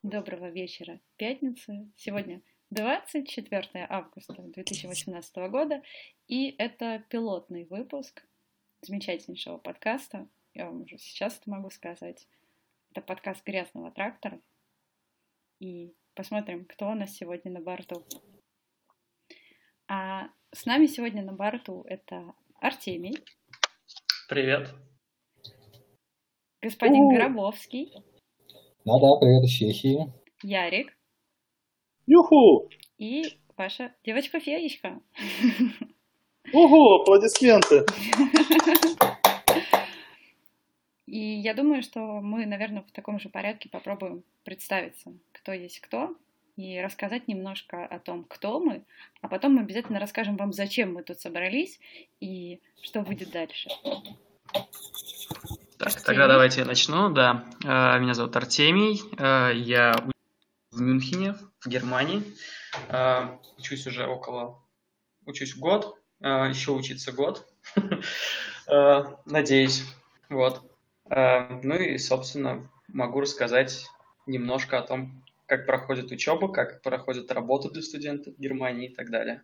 Доброго вечера, пятница. Сегодня 24 августа 2018 года, и это пилотный выпуск замечательнейшего подкаста. Я вам уже сейчас это могу сказать. Это подкаст «Грязного трактора». И посмотрим, кто у нас сегодня на борту. А с нами сегодня на борту это Артемий. Привет. Господин Гробовский. Да, привет из Чехии. Ярик. Юху! И ваша девочка-феечка. Ого, аплодисменты! И я думаю, что мы, наверное, в таком же порядке попробуем представиться, кто есть кто, и рассказать немножко о том, кто мы, а потом мы обязательно расскажем вам, зачем мы тут собрались и что будет дальше. Так, тогда давайте я начну. Да, меня зовут Артемий, я в Мюнхене, в Германии. Учусь год, еще учиться год, надеюсь. Вот. Ну и, собственно, могу рассказать немножко о том, как проходит учеба, как проходит работа для студентов в Германии и так далее.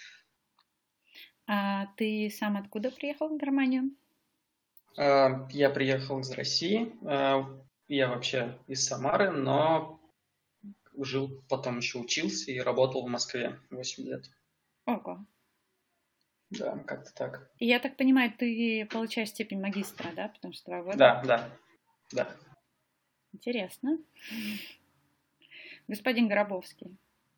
А ты сам откуда приехал в Германию? Я приехал из России. Я вообще из Самары, но жил, потом еще учился и работал в Москве 8 лет. Ого. Да, как-то так. И я так понимаю, ты получаешь степень магистра, да? Потому что 2 года. Да. Интересно. Господин Гробовский.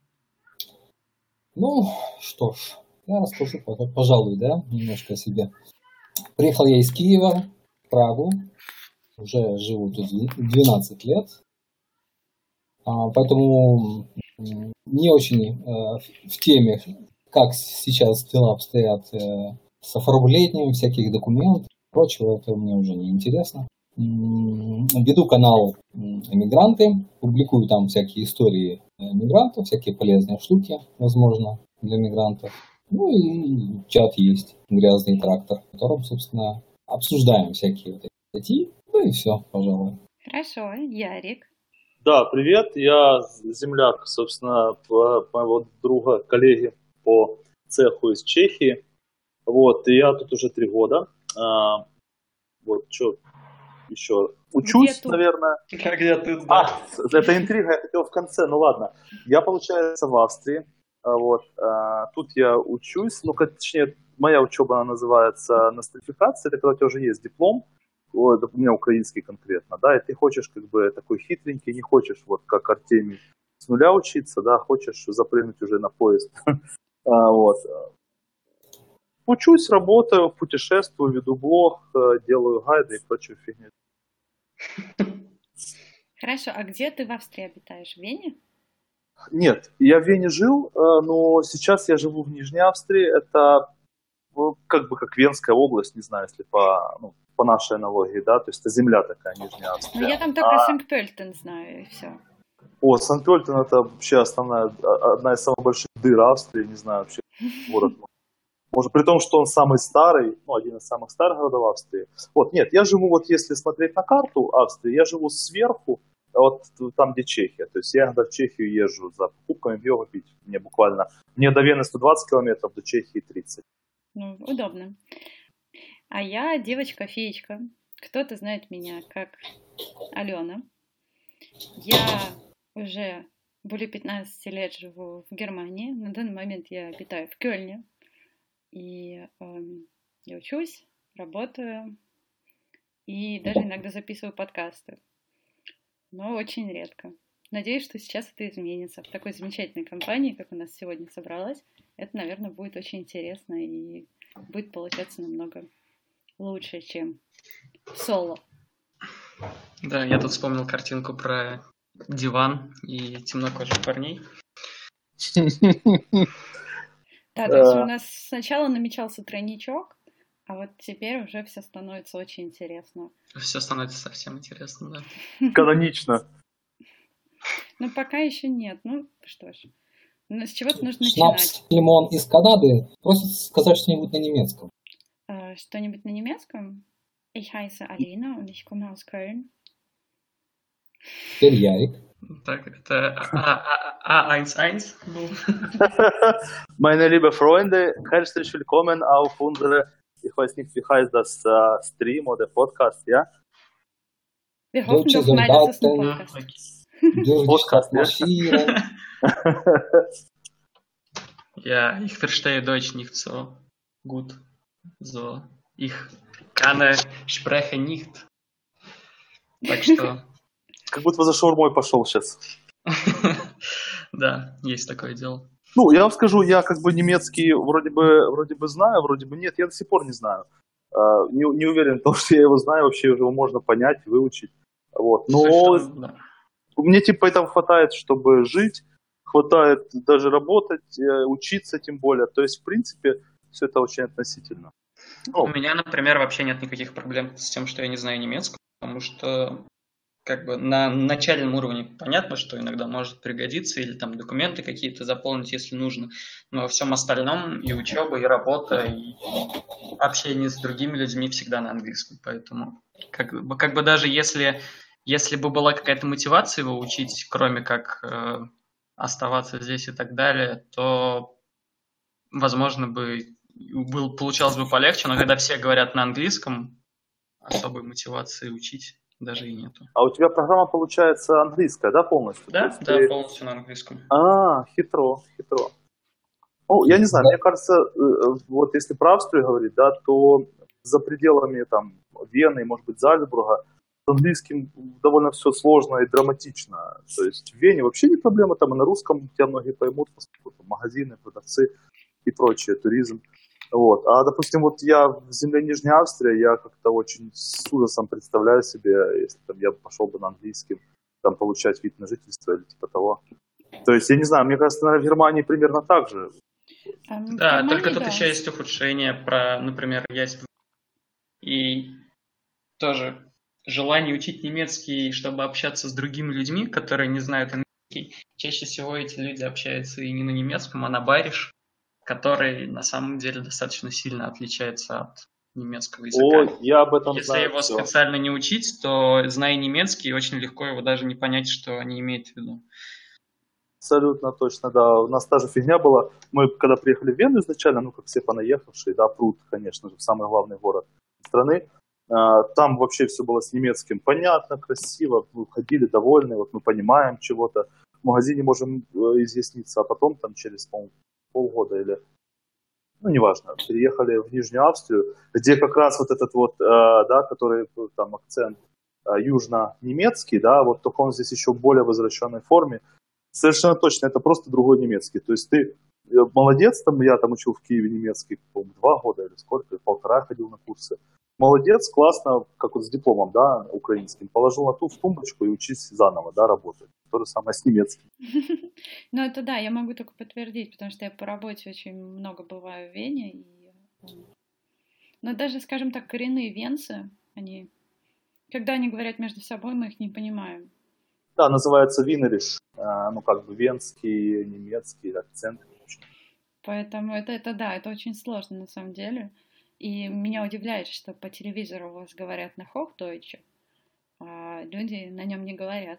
Ну, что ж, я расскажу, пожалуй, немножко о себе. Приехал я из Киева в Прагу, уже живу тут 12 лет, поэтому не очень в теме, как сейчас дела обстоят с оформлением всяких документов, прочего, это мне уже не интересно. Веду канал «Эмигранты», публикую там всякие истории мигрантов, всякие полезные штуки, возможно, для мигрантов. Ну и чат есть, «Грязный трактор», в котором, собственно, обсуждаем всякие вот эти статьи. Ну и все, пожалуй. Хорошо, Ярик. Да, привет, я земляк, собственно, моего друга, коллеги по цеху из Чехии. Вот, и я тут уже 3 года. Вот, что еще? Учусь, наверное. Где ты? Да. Это интрига, я хотел в конце, ну ладно. Я, получается, в Австрии. Вот, тут я учусь, ну, точнее, моя учеба, она называется нострификация, это когда у тебя уже есть диплом, вот, у меня украинский конкретно, да, и ты хочешь как бы такой хитренький, не хочешь вот как Артемий с нуля учиться, да, хочешь запрыгнуть уже на поезд, вот. Учусь, работаю, путешествую, веду блог, делаю гайды и прочую фигню. Хорошо, а где ты в Австрии обитаешь? В Вене? Нет, я в Вене жил, но сейчас я живу в Нижней Австрии. Это как бы как Венская область, не знаю, если по нашей аналогии, да, то есть это земля такая, Нижняя Австрия. Ну, я там только Санкт-Пельтен знаю, и все. О, Санкт-Пельтен это вообще одна из самых больших дыр Австрии, не знаю, вообще город. Может, при том, что он самый старый, один из самых старых городов Австрии. Вот, нет, я живу, вот если смотреть на карту Австрии, я живу сверху, вот там, где Чехия. То есть я иногда в Чехию езжу за покупками, пиво пить. Мне до Вены 120 километров, до Чехии 30. Ну, удобно. А я девочка-феечка. Кто-то знает меня как Алена. Я уже более 15 лет живу в Германии. На данный момент я обитаю в Кёльне. И я учусь, работаю и даже иногда записываю подкасты. Но очень редко. Надеюсь, что сейчас это изменится. В такой замечательной компании, как у нас сегодня собралась, это, наверное, будет очень интересно и будет получаться намного лучше, чем соло. Да, я тут вспомнил картинку про диван и темнокожих парней. Да, то есть у нас сначала намечался тройничок, а вот теперь уже все становится очень интересно. Все становится совсем интересно, да. Канонично. Ну, пока еще нет. Ну, что ж. Ну, с чего-то нужно Шнапс начинать. Лимон из Канады просит сказать что-нибудь на немецком. Что-нибудь на немецком? Ich heiße Alina und ich komme aus Köln. Теперь Ярик. Так, это А1 был. Meine liebe Freunde, herzlich willkommen auf unsere, ich weiß nicht, wie heißt das, Stream oder Podcast, ja? Wir hoffen Deutsche doch mal, dass es ein Soldaten, Podcast ist. Dürgische Podcast, ja? marschieren. Ja, ich verstehe Deutsch nicht so gut. So, ich kann sprechen nicht. Так что, Как будто за шаурмой пошел сейчас. да, есть такое дело. Ну, я вам скажу, я как бы немецкий вроде бы знаю, вроде бы нет, я до сих пор не знаю. Не уверен в том, что я его знаю, вообще его можно понять, выучить. Вот. Но Совершенно, да. мне типа этого хватает, чтобы жить, хватает даже работать, учиться тем более. То есть, в принципе, все это очень относительно. У меня, например, вообще нет никаких проблем с тем, что я не знаю немецкого, потому что как бы на начальном уровне понятно, что иногда может пригодиться, или там документы какие-то заполнить, если нужно. Но во всем остальном и учеба, и работа, и общение с другими людьми всегда на английском. Поэтому как бы даже если бы была какая-то мотивация его учить, кроме как оставаться здесь и так далее, то, возможно, получалось бы полегче, но когда все говорят на английском, особой мотивации учить даже и нету. А у тебя программа получается английская, да, полностью? Да, да, полностью на английском. Хитро. Ну, я не знаю, мне кажется, вот если про Австрию говорить, да, то за пределами там Вены, может быть, Зальцбурга, с английским довольно все сложно и драматично. То есть в Вене вообще не проблема, там и на русском тебя многие поймут, поскольку там магазины, продавцы и прочее, туризм. Вот. А, допустим, вот я в земле Нижней Австрии, я как-то очень с ужасом представляю себе, если там я пошел бы на английском, там получать вид на жительство или типа того. То есть, я не знаю, мне кажется, наверное, в Германии примерно так же. Да, только тут еще есть ухудшение например, есть и тоже желание учить немецкий, чтобы общаться с другими людьми, которые не знают английский. Чаще всего эти люди общаются и не на немецком, а на байриш, который на самом деле достаточно сильно отличается от немецкого языка. Я об этом Если знаю. его все. специально не учить, то, зная немецкий, очень легко его даже не понять, что они имеют в виду. Абсолютно точно, да. У нас та же фигня была. Мы, когда приехали в Вену изначально, ну, как все понаехавшие, да, пруд, конечно же, в самый главный город страны, там вообще все было с немецким. Понятно, красиво, мы ходили довольны, вот мы понимаем чего-то. В магазине можем изъясниться, а потом там через полгода или, ну, неважно, переехали в Нижнюю Австрию, где как раз вот этот вот, да, который там акцент южно-немецкий, да, вот только он здесь еще в более возвращенной форме. Совершенно точно, это просто другой немецкий. То есть ты молодец, там, я там учил в Киеве немецкий, по-моему, 2 года или сколько, 1,5 ходил на курсы. Молодец, классно, как вот с дипломом, да, украинским. Положил на ту в тумбочку и учись заново, да, работать. То же самое с немецким. Ну, это да, я могу только подтвердить, потому что я по работе очень много бываю в Вене. Но даже, скажем так, коренные венцы, когда они говорят между собой, мы их не понимаем. Да, называется винериш, ну, как бы венский, немецкий акцент. Поэтому это очень сложно на самом деле. И меня удивляет, что по телевизору у вас говорят на Hochdeutsch, а люди на нем не говорят.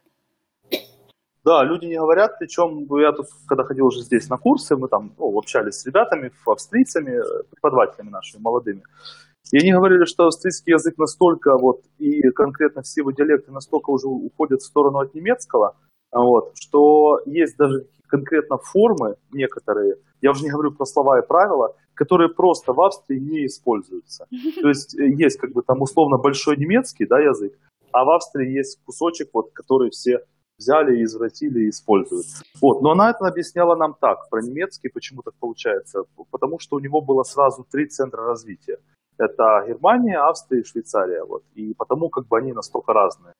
Да, люди не говорят, причем я тут, когда ходил уже здесь на курсы, мы там общались с ребятами, австрийцами, преподавателями нашими молодыми. И они говорили, что австрийский язык настолько, вот, и конкретно все его диалекты настолько уже уходят в сторону от немецкого, вот, что есть даже конкретно формы некоторые, я уже не говорю про слова и правила, которые просто в Австрии не используются. То есть есть как бы там условно большой немецкий, да, язык, а в Австрии есть кусочек, вот, который все взяли, извратили и используют. Вот. Но она это объясняла нам так, про немецкий, почему так получается, потому что у него было сразу 3 центра развития. Это Германия, Австрия и Швейцария. Вот. И потому как бы они настолько разные.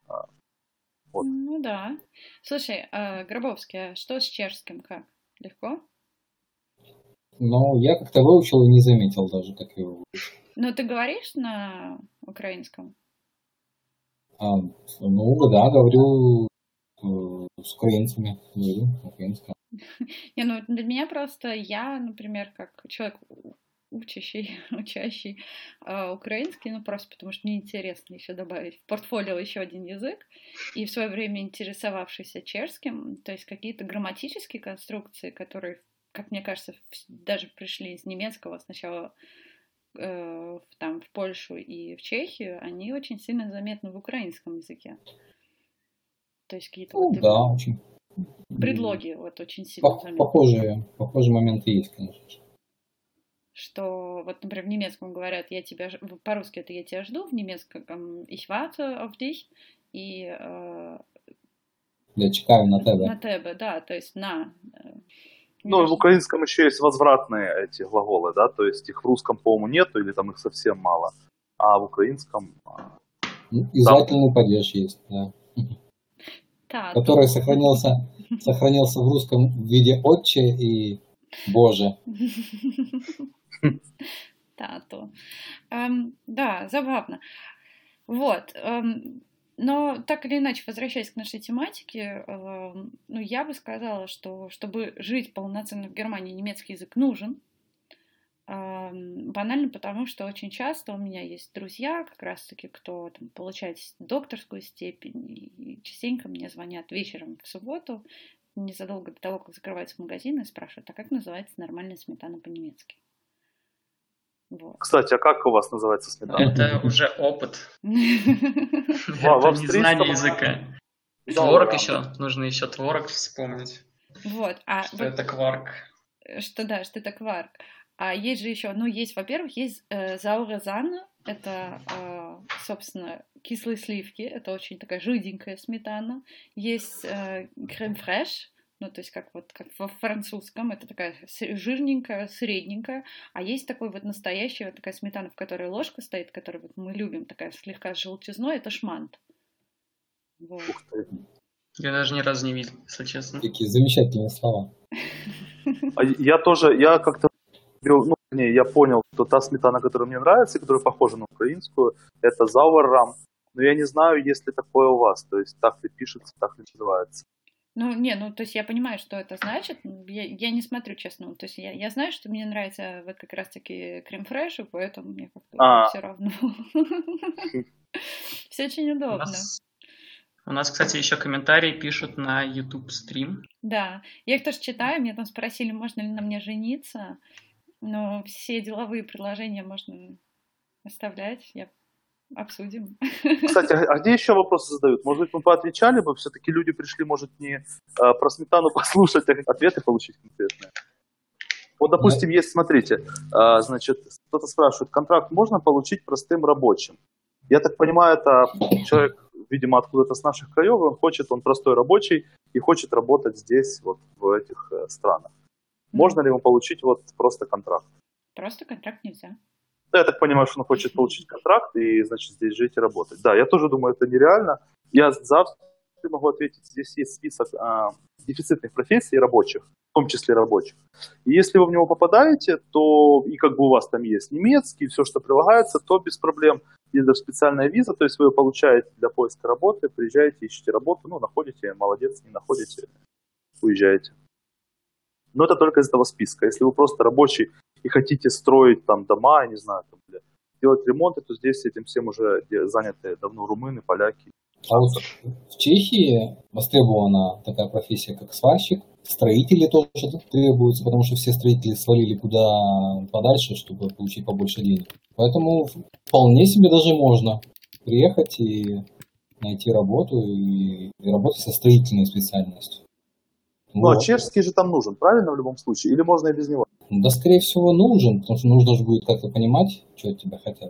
Вот. Ну да. Слушай, Гробовский, а что с чешским? Как? Легко? Ну, я как-то выучил и не заметил даже, как я его выучил. Ну, ты говоришь на украинском? Ну, да, говорю с украинцами. Говорю украинском. Ну, для меня просто я, например, как человек учащий украинский, ну просто потому что мне интересно еще добавить в портфолио еще один язык, и в свое время интересовавшийся чешским, то есть какие-то грамматические конструкции, которые, как мне кажется, даже пришли из немецкого сначала там, в Польшу и в Чехию, они очень сильно заметны в украинском языке. То есть какие-то Ну, вот да, очень предлоги вот очень сильно заметны. похожие моменты есть, конечно же. Что вот, например, в немецком говорят я тебя по-русски это я тебя жду, в немецком ich warte auf dich, и Я чекаю на тебе. на тебе, да, то есть на. Ну, в украинском еще есть возвратные эти глаголы, да, то есть их в русском, по-моему, нету, или там их совсем мало, а в украинском... Ну, и звательный падеж есть, да. Да, Который сохранился в русском в виде отче и боже. Да, то. Да, забавно. Вот. Но так или иначе, возвращаясь к нашей тематике, ну, я бы сказала, что чтобы жить полноценно в Германии, немецкий язык нужен. Банально потому, что очень часто у меня есть друзья, как раз-таки, кто там, получает докторскую степень, и частенько мне звонят вечером в субботу, незадолго до того, как закрывается магазин, и спрашивают, а как называется нормальная сметана по-немецки? Вот. Кстати, а как у вас называется сметана? Это уже опыт. В Это не знание австрийском- языка. Да, Творог да. еще. Нужно еще творог вспомнить. Вот, Что это кварк. что это кварк. А есть же еще, ну, есть, во-первых, есть saure Sahne, это, собственно, кислые сливки, это очень такая жиденькая сметана. Есть крем фреш, ну, то есть как во французском, это такая жирненькая, средненькая. А есть такой вот настоящая вот такая сметана, в которой ложка стоит, которую вот мы любим, такая слегка с желтизной, это шмант. Вот. Ух ты. Я даже ни разу не видел, если честно. Такие замечательные слова. А я как-то, ну, я понял, что та сметана, которая мне нравится, которая похожа на украинскую, это Sauerrahm. Но я не знаю, есть ли такое у вас, то есть так ли пишется, так ли называется. Ну, то есть я понимаю, что это значит, я не смотрю, честно, то есть я знаю, что мне нравится вот как раз-таки крем-фреш, и поэтому мне как-то все равно. Все очень удобно. У нас, кстати, еще комментарии пишут на YouTube стрим. Да, я их тоже читаю, меня там спросили, можно ли на мне жениться, но все деловые предложения можно оставлять, обсудим. Кстати, а где еще вопросы задают? Может быть, мы поотвечали бы, все-таки люди пришли, может, не про сметану послушать, а ответы получить конкретные. Вот, допустим, есть, смотрите, значит, кто-то спрашивает, контракт можно получить простым рабочим? Я так понимаю, это человек, видимо, откуда-то с наших краев, он простой рабочий и хочет работать здесь, вот в этих странах. Можно ли ему получить вот просто контракт? Просто контракт нельзя. Да, я так понимаю, что он хочет получить контракт и, значит, здесь жить и работать. Да, я тоже думаю, это нереально. Я завтра могу ответить, здесь есть список дефицитных профессий рабочих, в том числе рабочих. И если вы в него попадаете, то и как бы у вас там есть немецкий, все, что прилагается, то без проблем. Есть даже специальная виза, то есть вы ее получаете для поиска работы, приезжаете, ищете работу, ну, находите, молодец, не находите, уезжаете. Но это только из этого списка. Если вы просто рабочий и хотите строить там дома, я не знаю, там, делать ремонты, то здесь этим всем уже заняты давно румыны, поляки. А вот в Чехии востребована такая профессия, как сварщик. Строители тоже требуются, потому что все строители свалили куда подальше, чтобы получить побольше денег. Поэтому вполне себе даже можно приехать и найти работу и работать со строительной специальностью. Ну, а чешский же там нужен, правильно, в любом случае? Или можно и без него? Да, скорее всего, нужен, потому что нужно же будет как-то понимать, что от тебя хотят.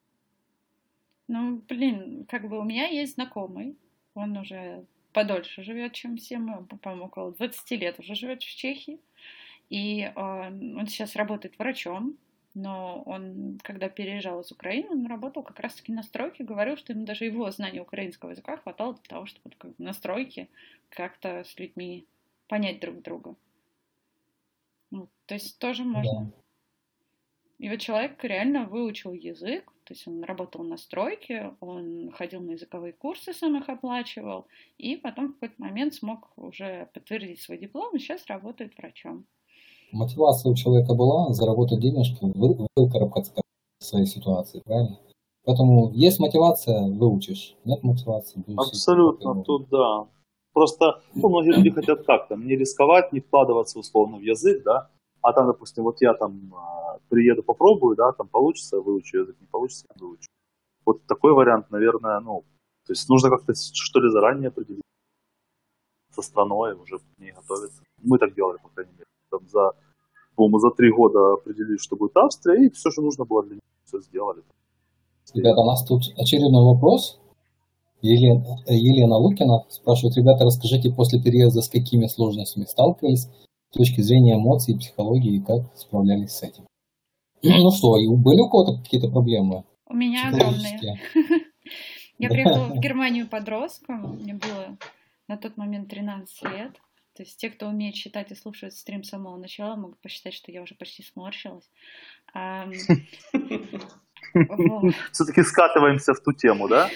Ну, блин, как бы у меня есть знакомый, он уже подольше живет, чем все мы, по-моему, около 20 лет уже живет в Чехии, и он сейчас работает врачом, но он, когда переезжал из Украины, он работал как раз-таки на стройке, говорил, что ему даже его знания украинского языка хватало для того, чтобы на стройке как-то с людьми понять друг друга. Ну, то есть тоже можно. Да. И вот человек реально выучил язык, то есть он работал на стройке, он ходил на языковые курсы, сам их оплачивал, и потом в какой-то момент смог уже подтвердить свой диплом, и сейчас работает врачом. мотивация у человека была заработать денежки, выкарабкаться в своей ситуации, правильно? Поэтому есть мотивация, выучишь. Нет мотивации, будешь сидеть Абсолютно, по-прежнему. тут да. Просто, многие люди хотят как-то не рисковать, не вкладываться условно в язык, да, а там, допустим, вот я там приеду, попробую, да, там получится, выучу язык, не получится, не выучу. Вот такой вариант, наверное, то есть нужно как-то, что ли, заранее определить со страной, уже к ней готовиться. Мы так делали, по крайней мере. Там по-моему, за 3 года определили, что будет Австрия, и все, что нужно было для них, все сделали. Ребята, у нас тут очередной вопрос. Елена Лукина спрашивает: ребята, расскажите, после переезда с какими сложностями сталкивались с точки зрения эмоций, психологии, и как справлялись с этим? Ну что, были у кого-то какие-то проблемы? У меня огромные. Я приехала в Германию подростком, мне было на тот момент 13 лет. То есть те, кто умеет читать и слушать стрим с самого начала, могут посчитать, что я уже почти сморщилась. Все-таки скатываемся в ту тему, да?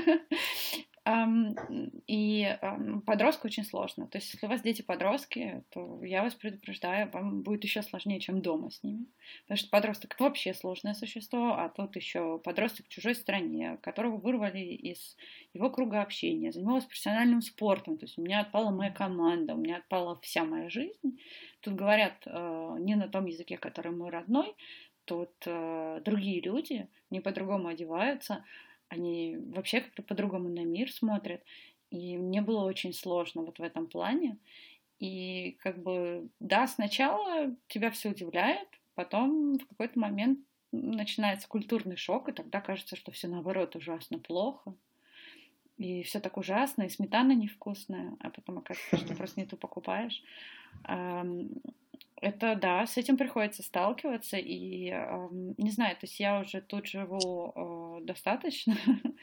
И подростку очень сложно. То есть, если у вас дети-подростки, то я вас предупреждаю, вам будет еще сложнее, чем дома с ними. Потому что подросток вообще сложное существо, а тут еще подросток в чужой стране, которого вырвали из его круга общения, занималась профессиональным спортом. То есть у меня отпала моя команда, у меня отпала вся моя жизнь. Тут говорят не на том языке, который мой родной, тут другие люди, не по-другому одеваются, они вообще как-то по-другому на мир смотрят. И мне было очень сложно вот в этом плане. И как бы, да, сначала тебя все удивляет, потом в какой-то момент начинается культурный шок, и тогда кажется, что все наоборот ужасно плохо. И все так ужасно, и сметана невкусная, а потом оказывается, что просто не ту покупаешь. Это да, с этим приходится сталкиваться, и не знаю, то есть я уже тут живу достаточно,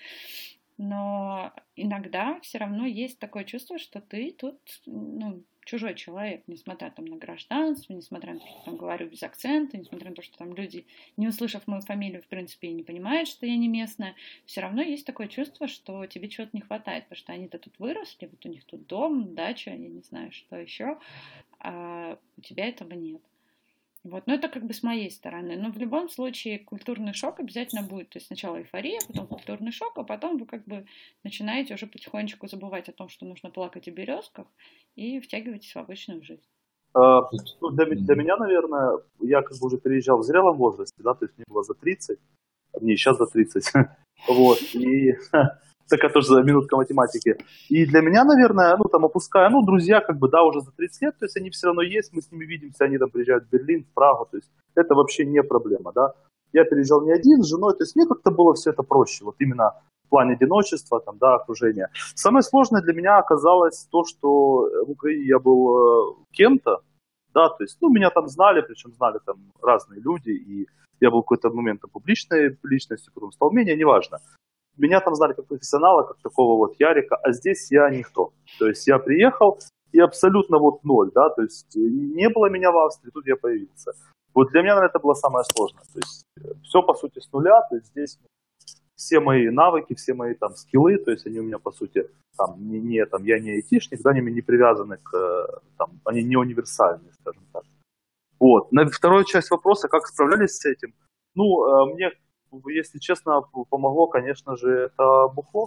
но иногда все равно есть такое чувство, что ты тут, чужой человек, несмотря там на гражданство, несмотря на то, что там говорю без акцента, несмотря на то, что там люди, не услышав мою фамилию, в принципе, и не понимают, что я не местная, все равно есть такое чувство, что тебе чего-то не хватает, потому что они-то тут выросли, вот у них тут дом, дача, я не знаю, что еще, а у тебя этого нет. Вот, но это как бы с моей стороны. Но в любом случае культурный шок обязательно будет. То есть сначала эйфория, потом культурный шок, а потом вы как бы начинаете уже потихонечку забывать о том, что нужно плакать о березках, и втягиваетесь в обычную жизнь. Для меня, наверное, я как бы уже переезжал в зрелом возрасте, да, то есть мне было за 30, мне сейчас за 30. Вот, и такая тоже минутка математики. И для меня, наверное, опуская, друзья, как бы, да, уже за 30 лет, то есть они все равно есть, мы с ними видимся, они там приезжают в Берлин, в Прагу, то есть это вообще не проблема, да. Я переезжал не один, с женой, то есть мне как-то было все это проще, вот именно в плане одиночества, там, да, окружения. Самое сложное для меня оказалось то, что в Украине я был кем-то, да, то есть, меня там знали, причем знали там разные люди, и я был в какой-то момент публичной личностью, потом стал менее, неважно. Меня там знали как профессионала, как такого вот Ярика, а здесь я никто. То есть я приехал, и абсолютно вот ноль, да, то есть не было меня в Австрии, тут я появился. Вот для меня, наверное, это было самое сложное. То есть все, по сути, с нуля, то есть здесь все мои навыки, все мои там скиллы, то есть они у меня, по сути, там, я не айтишник, да, они не привязаны там, они не универсальные, скажем так. Вот. На вторую часть вопроса, как справлялись с этим? Мне, если честно, помогло, конечно же, это бухло.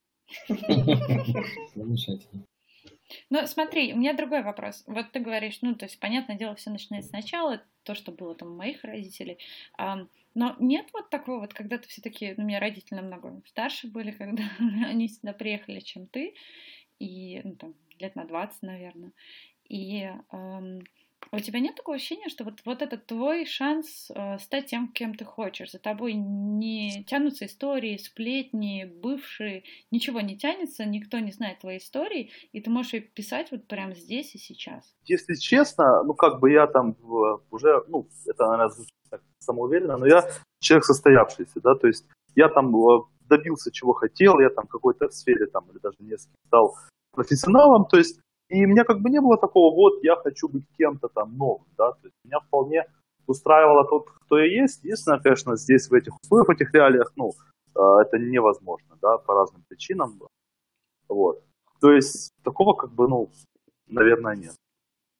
Замечательно. Ну, смотри, у меня другой вопрос. Вот ты говоришь, то есть, понятное дело, все начинается сначала, то, что было там у моих родителей. Но нет вот такого вот, когда ты все-таки, у меня родители намного старше были, когда они сюда приехали, чем ты, и, там, лет на 20, наверное. И у тебя нет такого ощущения, что вот это твой шанс стать тем, кем ты хочешь? За тобой не тянутся истории, сплетни, бывшие, ничего не тянется, никто не знает твоей истории, и ты можешь ее писать вот прямо здесь и сейчас. Если честно, я там уже, это, наверное, звучит так самоуверенно, но я человек состоявшийся, да, то есть я там добился, чего хотел, я там в какой-то сфере там, или даже несколько стал профессионалом, то есть и у меня как бы не было такого, вот, я хочу быть кем-то там новым, да, то есть меня вполне устраивало тот, кто я есть. Единственное, конечно, здесь в этих условиях, в этих реалиях, это невозможно, да, по разным причинам, вот. То есть такого как бы, наверное, нет.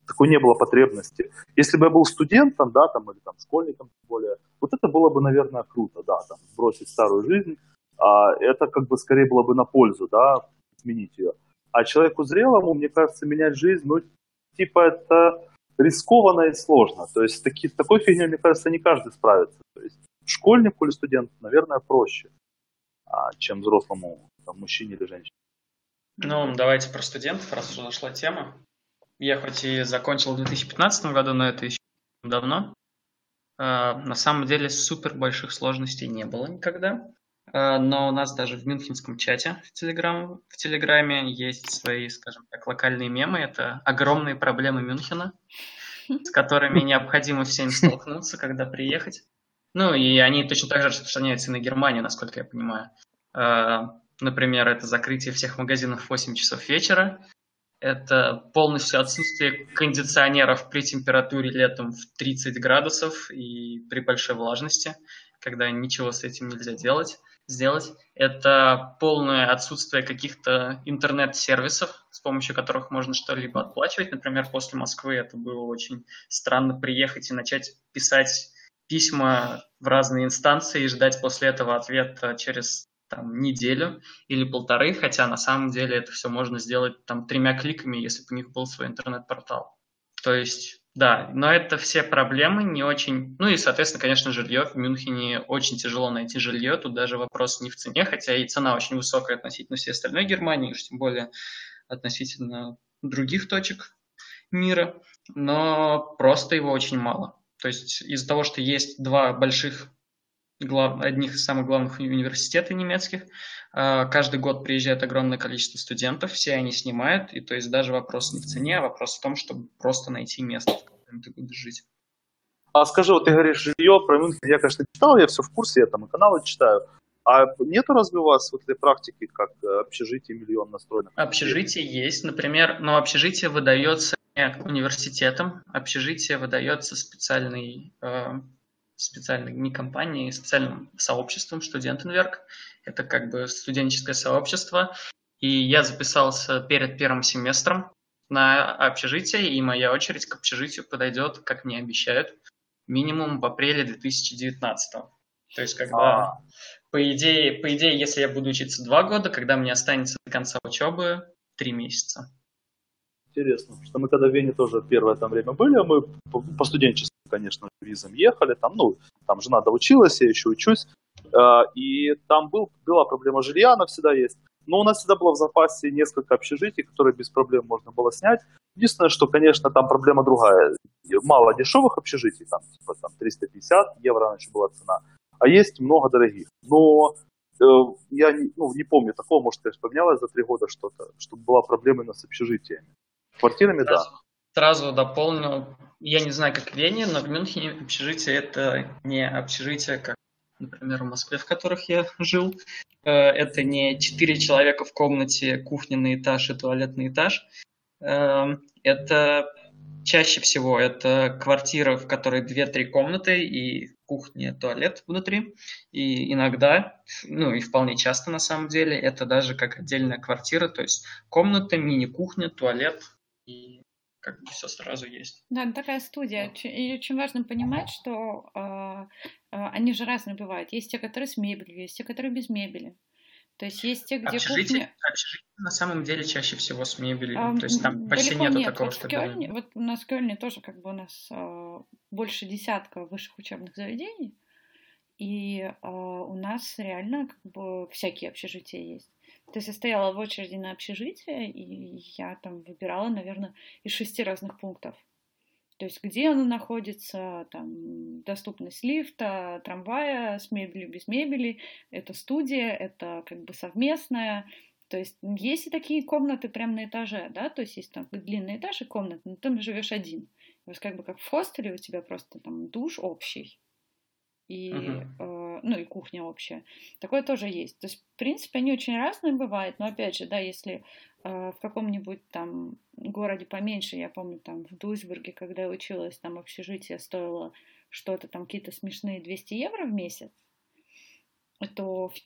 такой не было потребности. Если бы я был студентом, да, там, или там школьником, тем более, вот это было бы, наверное, круто, да, там, бросить старую жизнь, это как бы скорее было бы на пользу, да, изменить ее. А человеку зрелому, мне кажется, менять жизнь, ну, типа, это рискованно и сложно. То есть с такой фигней, мне кажется, не каждый справится. То есть школьнику или студенту, наверное, проще, чем взрослому там, мужчине или женщине. Ну, давайте про студентов, раз уже зашла тема. Я хоть и закончил в 2015 году, но это еще давно. На самом деле супер больших сложностей не было никогда. Но у нас даже в мюнхенском чате в Телеграме есть свои, скажем так, локальные мемы. Это огромные проблемы Мюнхена, с которыми необходимо всем столкнуться, когда приехать. Ну, и они точно так же распространяются и на Германию, насколько я понимаю. Например, это закрытие всех магазинов в 8 часов вечера. Это полностью отсутствие кондиционеров при температуре летом в 30 градусов и при большой влажности, когда ничего с этим нельзя сделать. Это полное отсутствие каких-то интернет-сервисов, с помощью которых можно что-либо оплачивать. Например, после Москвы это было очень странно приехать и начать писать письма в разные инстанции и ждать после этого ответа через неделю или полторы, хотя на самом деле это все можно сделать 3 кликами, если бы у них был свой интернет-портал. То есть, да, но это все проблемы не очень... Ну и, соответственно, конечно, жилье. В Мюнхене очень тяжело найти жилье, тут даже вопрос не в цене, хотя и цена очень высокая относительно всей остальной Германии, уж тем более относительно других точек мира, но просто его очень мало. То есть из-за того, что есть два одних из самых главных университетов немецких. Каждый год приезжает огромное количество студентов, все они снимают, и то есть даже вопрос не в цене, а вопрос в том, чтобы просто найти место, в котором ты будешь жить. А скажи, вот ты говоришь жилье про Мюнхен, я, конечно, читал, я все в курсе, я там и каналы читаю. А нету разве у вас вот этой практики, как общежитие миллион настроено? Общежитие есть, например, но общежитие выдается не университетом, общежитие выдается специальной не компанией, специальным сообществом Студентенверк. Это как бы студенческое сообщество. И я записался перед первым семестром на общежитие, и моя очередь к общежитию подойдет, как мне обещают, минимум в апреле 2019. То есть, когда, по идее, если я буду учиться 2 года, когда мне останется до конца учебы 3 месяца. Интересно, что мы когда в Вене тоже первое там время были, мы по студенческим, конечно, визам ехали, там жена доучилась, я еще учусь, и там была проблема жилья, она всегда есть, но у нас всегда было в запасе несколько общежитий, которые без проблем можно было снять. Единственное, что, конечно, там проблема другая, мало дешевых общежитий, там 350 евро раньше была цена, а есть много дорогих, но я не помню такого, может, конечно, поменялось за 3 года что-то, чтобы была проблема именно с общежитиями. Квартирами, да. Сразу дополню, я не знаю, как в Вене, но в Мюнхене общежитие – это не общежитие, как, например, в Москве, в которых я жил. Это не 4 человека в комнате, кухня на этаж и туалет на этаж. Это чаще всего это квартира, в которой 2-3 комнаты и кухня, туалет внутри. И иногда, и вполне часто на самом деле, это даже как отдельная квартира, то есть комната, мини-кухня, туалет и как бы все сразу есть. Да, такая студия. И очень важно понимать, что они же разные бывают. Есть те, которые с мебелью, есть те, которые без мебели. То есть есть те, где общежитие на самом деле чаще всего с мебелью. То есть там почти нету такого, вот что... Вот у нас в Кёльне тоже у нас больше 10 высших учебных заведений. И у нас реально всякие общежития есть. То есть я стояла в очереди на общежитие, и я там выбирала, наверное, из 6 разных пунктов. То есть где оно находится, там доступность лифта, трамвая с мебелью, без мебели, это студия, это совместная. То есть есть и такие комнаты прямо на этаже, да, то есть есть там длинный этаж и комната, но ты живешь один. То есть как в хостеле у тебя просто там душ общий. И, и кухня общая. Такое тоже есть. То есть, в принципе, они очень разные бывают, но, опять же, да, если в каком-нибудь там городе поменьше, я помню, там в Дуйсбурге, когда я училась, там общежитие стоило что-то там, какие-то смешные 200 евро в месяц, то в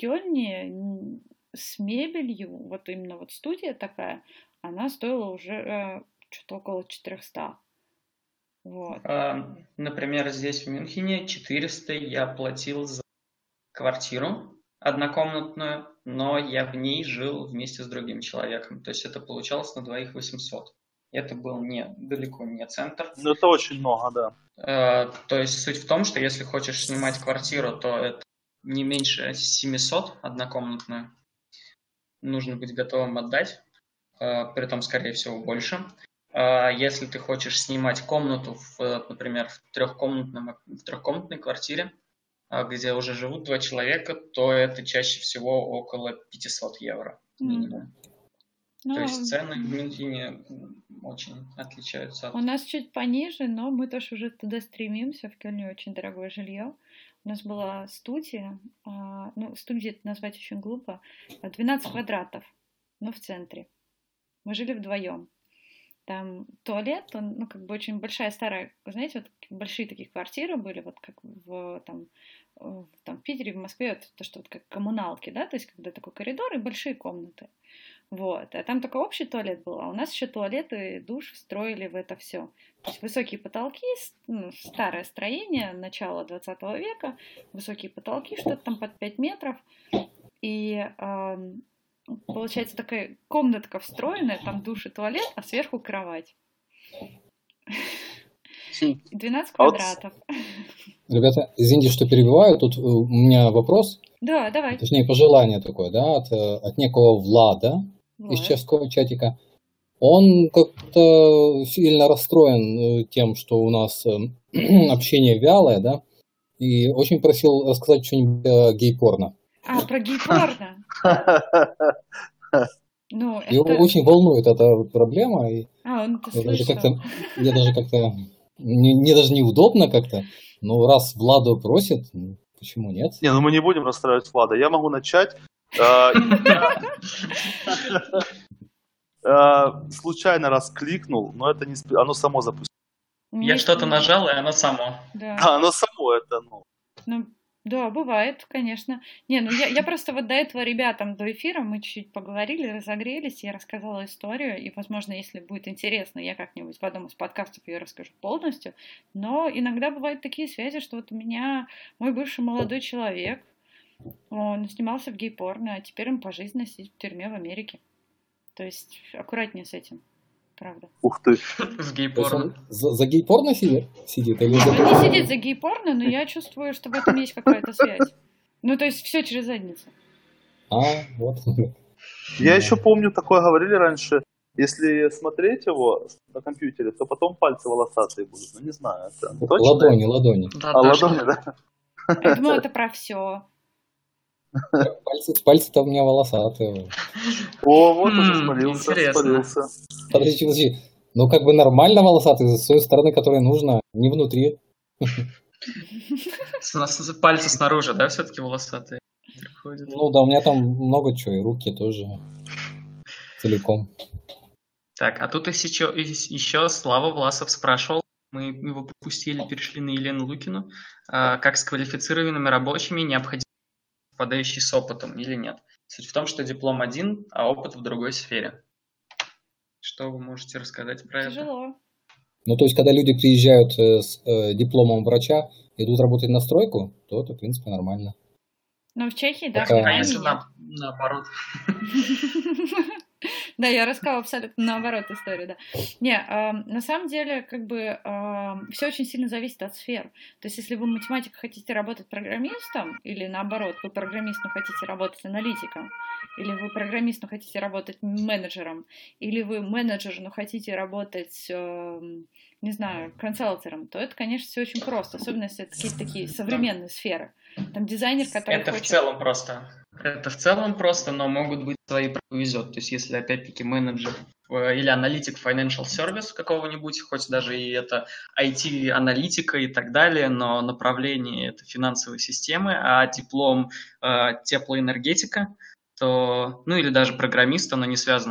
Кёльне с мебелью, вот именно вот студия такая, она стоила уже что-то около 400. Вот. Например, здесь в Мюнхене 400 я платил за квартиру однокомнатную, но я в ней жил вместе с другим человеком. То есть это получалось на двоих 800. Это был далеко не центр. Ну, это очень много, да. То есть суть в том, что если хочешь снимать квартиру, то это не меньше 700 однокомнатную. Нужно быть готовым отдать, притом, скорее всего, больше. Если ты хочешь снимать комнату, например, в трехкомнатной квартире, где уже живут 2 человека, то это чаще всего около 500 евро минимум. То есть цены в Мюнхене очень отличаются. У нас чуть пониже, но мы тоже уже туда стремимся. В Кёльне очень дорогое жилье. У нас была студия, студию это назвать очень глупо, 12 квадратов, но в центре. Мы жили вдвоем. Там туалет, он, как бы очень большая, старая, знаете, вот большие такие квартиры были, вот как в Питере, в Москве, вот то, что вот как коммуналки, да, то есть когда такой коридор и большие комнаты. Вот, а там только общий туалет был, а у нас еще туалет и душ встроили в это все. То есть высокие потолки, старое строение, начало 20 века, высокие потолки, что-то там под 5 метров, и получается такая комнатка встроенная, там душ и туалет, а сверху кровать. 12 квадратов. Ребята, извините, что перебиваю, тут у меня вопрос. Да, давай. Точнее, пожелание такое, да, от некого Влада из чешского чатика. Он как-то сильно расстроен тем, что у нас общение вялое, да, и очень просил рассказать что-нибудь о гей-порно. Про гей-порно? Его очень волнует эта проблема. И он-то слышал. Мне даже как-то неудобно как-то, но раз Владу просит, почему нет? Не, мы не будем расстраивать Влада. Я могу начать. Случайно раз кликнул, но это не оно само запустилось. Я что-то нажал, и оно само. Да, оно само это, Да, бывает, конечно. Я просто вот до этого ребятам до эфира мы чуть-чуть поговорили, разогрелись, я рассказала историю, и, возможно, если будет интересно, я как-нибудь в одном из подкастов ее расскажу полностью, но иногда бывают такие связи, что вот у меня мой бывший молодой человек, он снимался в гей-порно, а теперь он пожизненно сидит в тюрьме в Америке. То есть аккуратнее с этим. Правда. Ух ты. С гей-порно. За гей-порно сидит? Или за... Он не сидит за гей-порно, но я чувствую, что в этом есть какая-то связь. То есть все через задницу. Вот. Я еще помню, такое говорили раньше. Если смотреть его на компьютере, то потом пальцы волосатые будут. Не знаю, это точно? Ладони. Ладони, да? Я думала, это про все. Пальцы-то у меня волосатые. Вот уже спалился. Подожди. Как бы нормально волосатые, с той стороны, которая нужна, не внутри. Пальцы снаружи, да, все-таки волосатые? Да, у меня там много чего, и руки тоже целиком. Так, а тут еще Слава Власов спрашивал, мы его пропустили, перешли на Елену Лукину, как с квалифицированными рабочими необходимо совпадающий с опытом или нет. Суть в том, что диплом один, а опыт в другой сфере. Что вы можете рассказать про это? Тяжело. То есть, когда люди приезжают с дипломом врача, идут работать на стройку, то это, в принципе, нормально. В Чехии, да. А если наоборот? Да, я рассказала абсолютно наоборот историю, да. На самом деле, все очень сильно зависит от сфер. То есть, если вы математик хотите работать программистом, или наоборот, вы программист, но хотите работать аналитиком, или вы программист, но хотите работать менеджером, или вы менеджер, но хотите работать, не знаю, консалтером, то это, конечно, все очень просто, особенно если это какие-то такие современные сферы. Там дизайнер, который Это в целом просто, но могут быть свои повезет. То есть, если опять-таки менеджер или аналитик financial service какого-нибудь, хоть даже и это IT-аналитика и так далее, но направление это финансовые системы, а диплом теплоэнергетика, то, или даже программиста, но не связанного с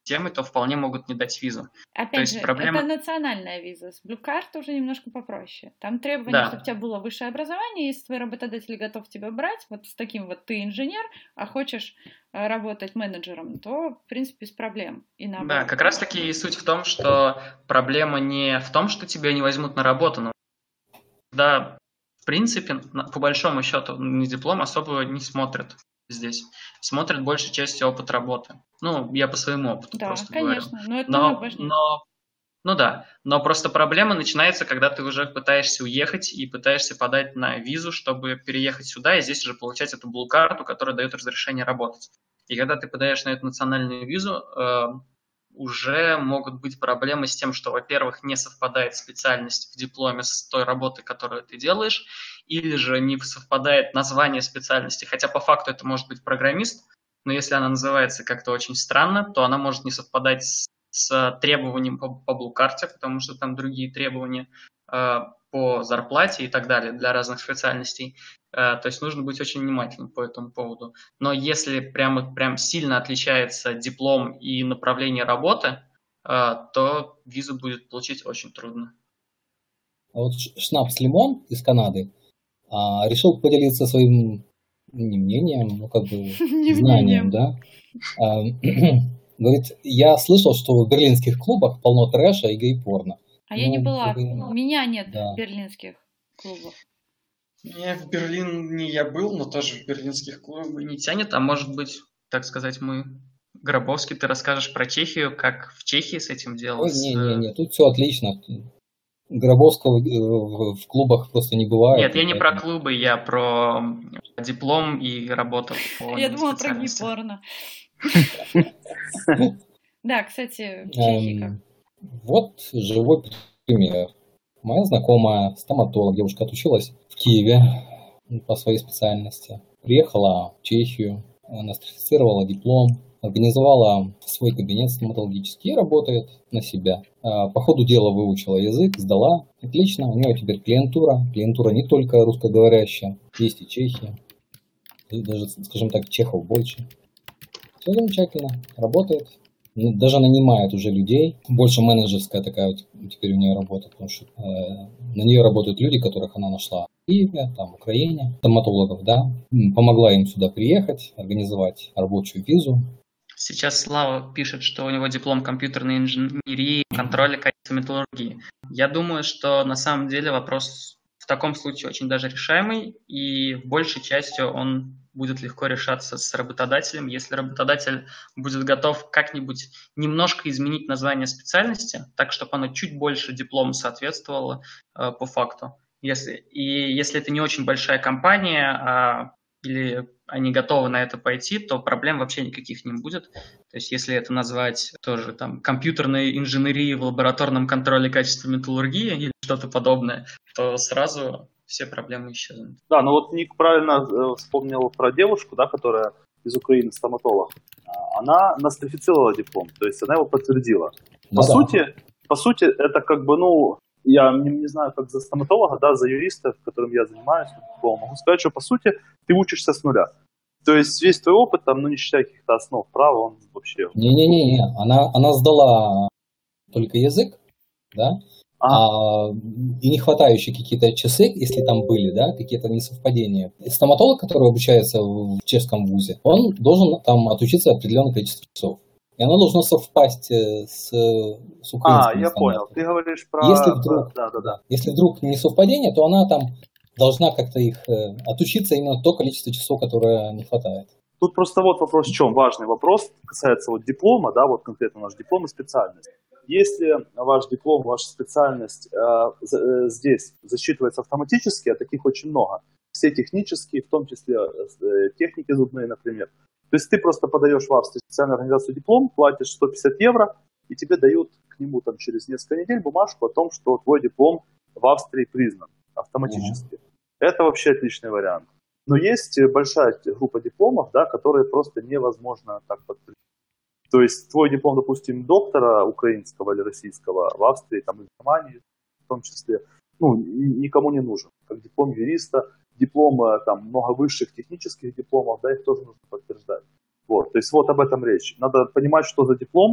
темы, то вполне могут не дать визу. То Опять есть же, проблема... это национальная виза. С Blue Card уже немножко попроще. Там требование, чтобы у Да, тебя было высшее образование, если твой работодатель готов тебя брать, вот с таким вот ты инженер, а хочешь работать менеджером, то, в принципе, без проблем. И да, наоборот. как раз-таки и суть в том, что проблема не в том, что тебя не возьмут на работу, но да, в принципе, по большому счету, на диплом особо не смотрят здесь. Смотрят большей частью опыт работы. Ну, я по своему опыту Да, просто говорю. конечно, но это намного Но, важнее. ну да, но просто проблема начинается, когда ты уже пытаешься уехать и пытаешься подать на визу, чтобы переехать сюда, и здесь уже получать эту блу-карту, которая дает разрешение работать. И когда ты подаешь на эту национальную визу, уже могут быть проблемы с тем, что, во-первых, не совпадает специальность в дипломе с той работой, которую ты делаешь, или же не совпадает название специальности, хотя по факту это может быть программист, но если она называется как-то очень странно, то она может не совпадать с требованием по блу-карте, потому что там другие требования по зарплате и так далее для разных специальностей. То есть нужно быть очень внимательным по этому поводу. Но если прям сильно отличается диплом и направление работы, то визу будет получить очень трудно. А вот Шнапс Лимон из Канады решил поделиться своим не мнением, ну как бы Не знанием, мнением. да. Говорит, я слышал, что в берлинских клубах полно трэша и гей-порно. А я не Ну, была. как бы, У меня нет да. берлинских клубов. Не, в Берлине я был, но тоже в берлинских клубах не тянет. А может быть, так сказать, Гробовский, ты расскажешь про Чехию, как в Чехии с этим дело? Ой, не, тут все отлично. Гробовского в клубах просто не бывает. Нет, я не про клубы, я про диплом и работу по Я думала про специальности. гей-порно. Да, кстати, в Чехии как? Вот живой пример. Моя знакомая, стоматолог, девушка отучилась в Киеве по своей специальности. Приехала в Чехию, нострифицировала диплом, организовала свой кабинет стоматологический и работает на себя. По ходу дела выучила язык, сдала. Отлично, у нее теперь клиентура. Клиентура не только русскоговорящая, есть и чехи. И даже, скажем так, чехов больше. Все замечательно, работает. Даже нанимает уже людей. Больше менеджерская такая вот теперь у нее работа, потому что на нее работают люди, которых она нашла в Киеве, там, в Украине, стоматологов, да. Помогла им сюда приехать, организовать рабочую визу. Сейчас Слава пишет, что у него диплом компьютерной инженерии, контроля качества металлургии. Я думаю, что на самом деле вопрос в таком случае очень даже решаемый, и большей частью он будет легко решаться с работодателем, если работодатель будет готов как-нибудь немножко изменить название специальности, так, чтобы оно чуть больше диплому соответствовало по факту. Если это не очень большая компания, или они готовы на это пойти, то проблем вообще никаких не будет. То есть если это назвать тоже там компьютерной инженерией в лабораторном контроле качества металлургии или что-то подобное, то сразу все проблемы исчезнут. Да, ну вот Ник правильно вспомнил про девушку, да, которая из Украины, стоматолог. Она нострифицировала диплом, то есть она его подтвердила. По сути, это как бы, ну, я не знаю, как за стоматолога, да, за юриста, которым я занимаюсь, могу сказать, что, по сути, ты учишься с нуля. То есть весь твой опыт, там, ну, не считая каких-то основ права, он вообще... Не-не-не, она сдала только язык, да, и не хватающие какие-то часы, если там были, да, какие-то несовпадения. Стоматолог, который обучается в чешском вузе, он должен там отучиться определенное количество часов. И оно должно совпасть с украинским я стандартом. понял. Ты говоришь про... Если вдруг не совпадение, то она там должна как-то их отучиться именно то количество часов, которое не хватает. Тут просто вот вопрос в чем. Важный вопрос касается вот диплома, да, вот конкретно наш диплом и специальность. Если ваш диплом, ваша специальность здесь засчитывается автоматически, а таких очень много, все технические, в том числе техники зубные, например. То есть ты просто подаешь в Австрию специальную организацию диплом, платишь 150 евро, и тебе дают к нему там через несколько недель бумажку о том, что твой диплом в Австрии признан автоматически. Это вообще отличный вариант. Но есть большая группа дипломов, да, которые просто невозможно так подтвердить. То есть твой диплом, допустим, доктора украинского или российского в Австрии, там, и в Германии в том числе, ну, никому не нужен. Как диплом юриста, диплом там, много высших технических дипломов, да, их тоже нужно подтверждать. Вот, то есть вот об этом речь. Надо понимать, что за диплом,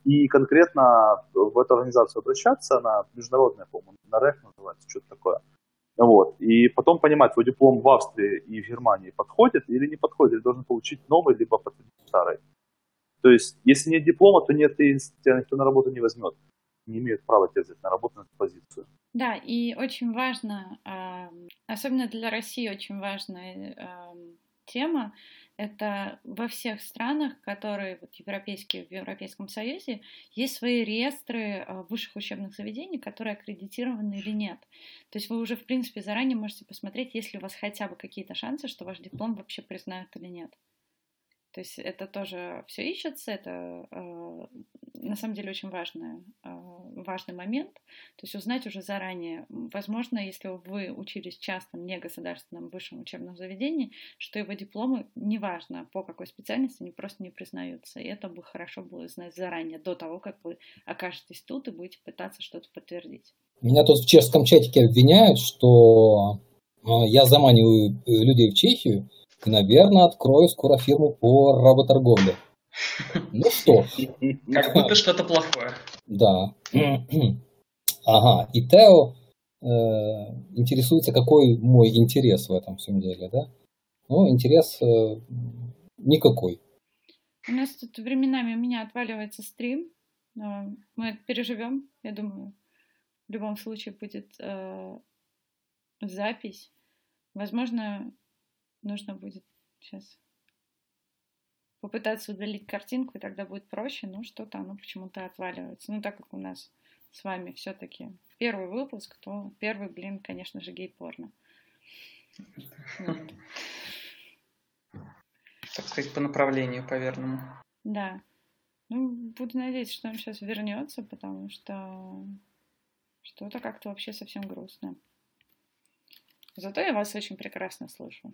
и конкретно в эту организацию обращаться, она международная, по-моему, НАРЭК называется, что-то такое. Вот. И потом понимать, твой диплом в Австрии и в Германии подходит или не подходит, или должен получить новый, либо подтвердить старый. То есть, если нет диплома, то нет, и тебя никто на работу не возьмет. Не имеют права тебя взять на работу на эту позицию. Да, и очень важно, особенно для России очень важная тема, это во всех странах, которые вот, европейские, в Европейском Союзе, есть свои реестры высших учебных заведений, которые аккредитированы или нет. То есть вы уже, в принципе, заранее можете посмотреть, есть ли у вас хотя бы какие-то шансы, что ваш диплом вообще признают или нет. То есть это тоже все ищется, это на самом деле очень важный момент. То есть узнать уже заранее. Возможно, если вы учились в частном негосударственном высшем учебном заведении, что его дипломы, неважно по какой специальности, они просто не признаются. И это бы хорошо было знать заранее, до того, как вы окажетесь тут и будете пытаться что-то подтвердить. Меня тут в чешском чатике обвиняют, что я заманиваю людей в Чехию, и, наверное, открою скоро фирму по работорговле. Ну что ж. Как будто что-то плохое. Да. Ага. И Тео интересуется, какой мой интерес в этом всем деле, да? Ну, интерес никакой. У нас тут временами у меня отваливается стрим. Мы это переживем, я думаю. В любом случае будет запись. Возможно, нужно будет сейчас попытаться удалить картинку, и тогда будет проще, но что-то оно почему-то отваливается. Ну, так как у нас с вами все-таки первый выпуск, то первый, конечно же, гей-порно. Вот. Так сказать, по направлению, по верному. Да. Ну, буду надеяться, что он сейчас вернется, потому что что-то как-то вообще совсем грустно. Зато я вас очень прекрасно слышу.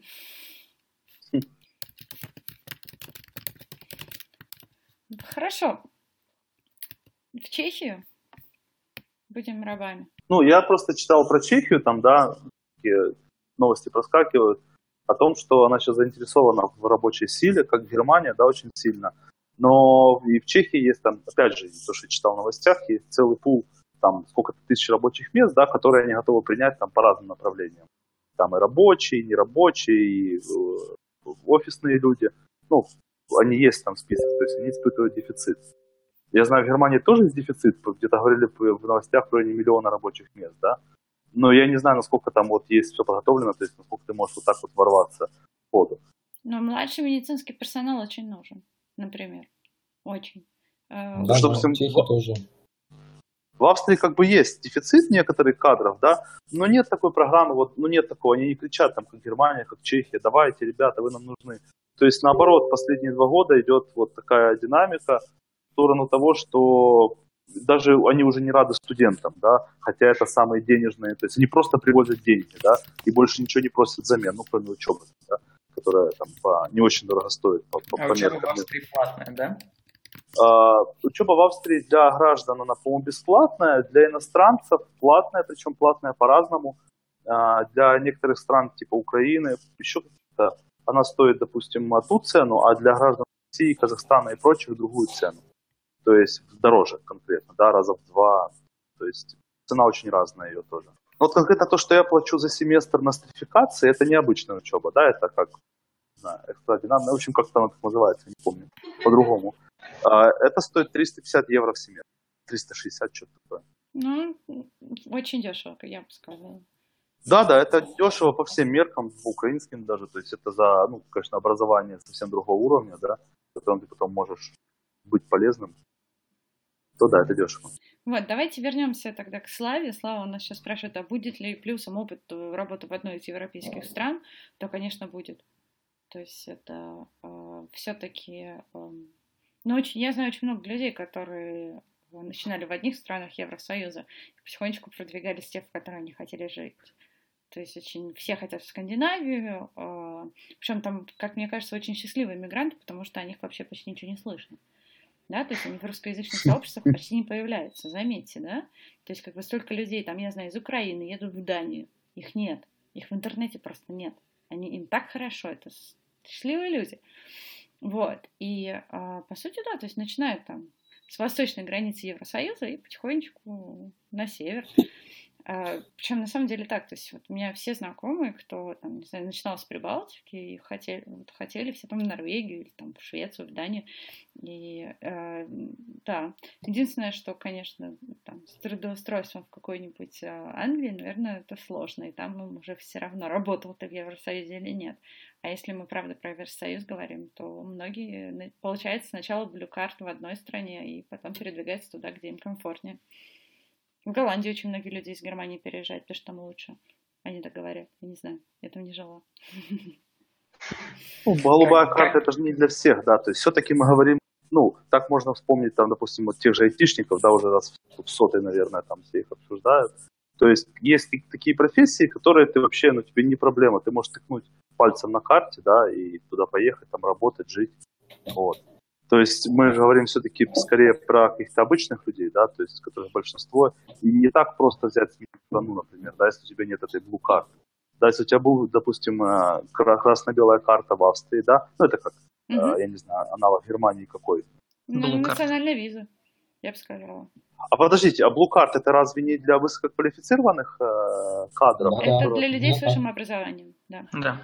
Хорошо. В Чехию будем рабами. Ну, я просто читал про Чехию, там, да, такие новости проскакивают о том, что она сейчас заинтересована в рабочей силе, как Германия, да, очень сильно. Но и в Чехии есть там, опять же, то, что я читал в новостях, есть целый пул, там, сколько-то тысяч рабочих мест, да, которые они готовы принять там по разным направлениям. Там и рабочие, и нерабочие, и офисные люди. Ну, они есть там в списках, то есть они испытывают дефицит. Я знаю, в Германии тоже есть дефицит, где-то говорили в новостях в районе 1 миллиона рабочих мест, да. Но я не знаю, насколько там вот есть все подготовлено, то есть насколько ты можешь вот так вот ворваться в ходу. Но младший медицинский персонал очень нужен, например. Очень. Да, что, в Чехии тоже. В Австрии как бы есть дефицит некоторых кадров, да, но нет такой программы, вот, ну нет такого, они не кричат там, как Германия, как Чехия, давайте, ребята, вы нам нужны. То есть наоборот, последние 2 года идет вот такая динамика в сторону того, что даже они уже не рады студентам, да, хотя это самые денежные, то есть они просто привозят деньги, да, и больше ничего не просят взамен, ну, кроме учебы, да, которая там не очень дорого стоит. Учеба в Австрии платная, да? Учеба в Австрии для граждан, она, по-моему, бесплатная, для иностранцев платная, причем платная по-разному. Для некоторых стран, типа Украины, еще какие-то, она стоит, допустим, ту цену, а для граждан России, Казахстана и прочих другую цену. То есть дороже конкретно, да, раза в 2. То есть цена очень разная ее тоже. Но вот конкретно то, что я плачу за семестр нострификации, это необычная учеба, да, это как, не знаю, экстраординарная, в общем, как-то она так называется, не помню, по-другому. Это стоит 350 евро в семестр. 360, что-то такое. Ну, очень дешево, я бы сказала. Да, это дешево по всем меркам, по украинским даже. То есть это за, ну, конечно, образование совсем другого уровня, да, в котором ты потом можешь быть полезным. То да, это дешево. Вот, давайте вернемся тогда к Славе. Слава у нас сейчас спрашивает, а будет ли плюсом опыт работы в одной из европейских стран? То, конечно, будет. То есть это все-таки... Ну, я знаю очень много людей, которые начинали в одних странах Евросоюза и потихонечку продвигались в тех, в которых они хотели жить. То есть очень все хотят в Скандинавию, причем там, как мне кажется, очень счастливые мигранты, потому что о них вообще почти ничего не слышно. Да, то есть они в русскоязычных сообществах почти не появляются, заметьте, да? То есть как бы столько людей, там, я знаю, из Украины едут в Данию, их нет, их в интернете просто нет. Им так хорошо, это счастливые люди. Вот, и по сути, да, то есть начинают там с восточной границы Евросоюза и потихонечку на север. Причем на самом деле так, то есть вот у меня все знакомые, кто там, не знаю, начинал с Прибалтики и хотели все там в Норвегию или там в Швецию, в Данию. И да, единственное, что, конечно, там с трудоустройством в какой-нибудь Англии, наверное, это сложно, и там им уже все равно, работал ты в Евросоюзе или нет. А если мы, правда, про Евросоюз говорим, то многие, получается, сначала Blue Card в одной стране, и потом передвигаются туда, где им комфортнее. В Голландию очень многие люди из Германии переезжают, потому что там лучше. Они так говорят. Я не знаю, я там не жила. Ну, голубая карта это же не для всех, да. То есть все-таки мы говорим, ну, так можно вспомнить, там, допустим, вот тех же айтишников, да, уже раз в сотый, наверное, там все их обсуждают. То есть есть такие профессии, которые ты вообще, ну, тебе не проблема. Ты можешь тыкнуть пальцем на карте, да, и туда поехать, там работать, жить. Вот. То есть мы говорим все-таки скорее про каких-то обычных людей, да, то есть которых большинство. И не так просто взять сменить страну, например, да, если у тебя нет этой blue карты. Да, если у тебя был, допустим, красно-белая карта в Австрии, да, ну это как, я не знаю, аналог Германии какой? Ну, национальная виза, я бы сказала. А подождите, а blue card это разве не для высококвалифицированных кадров? Это для людей с высшим образованием, да. Да.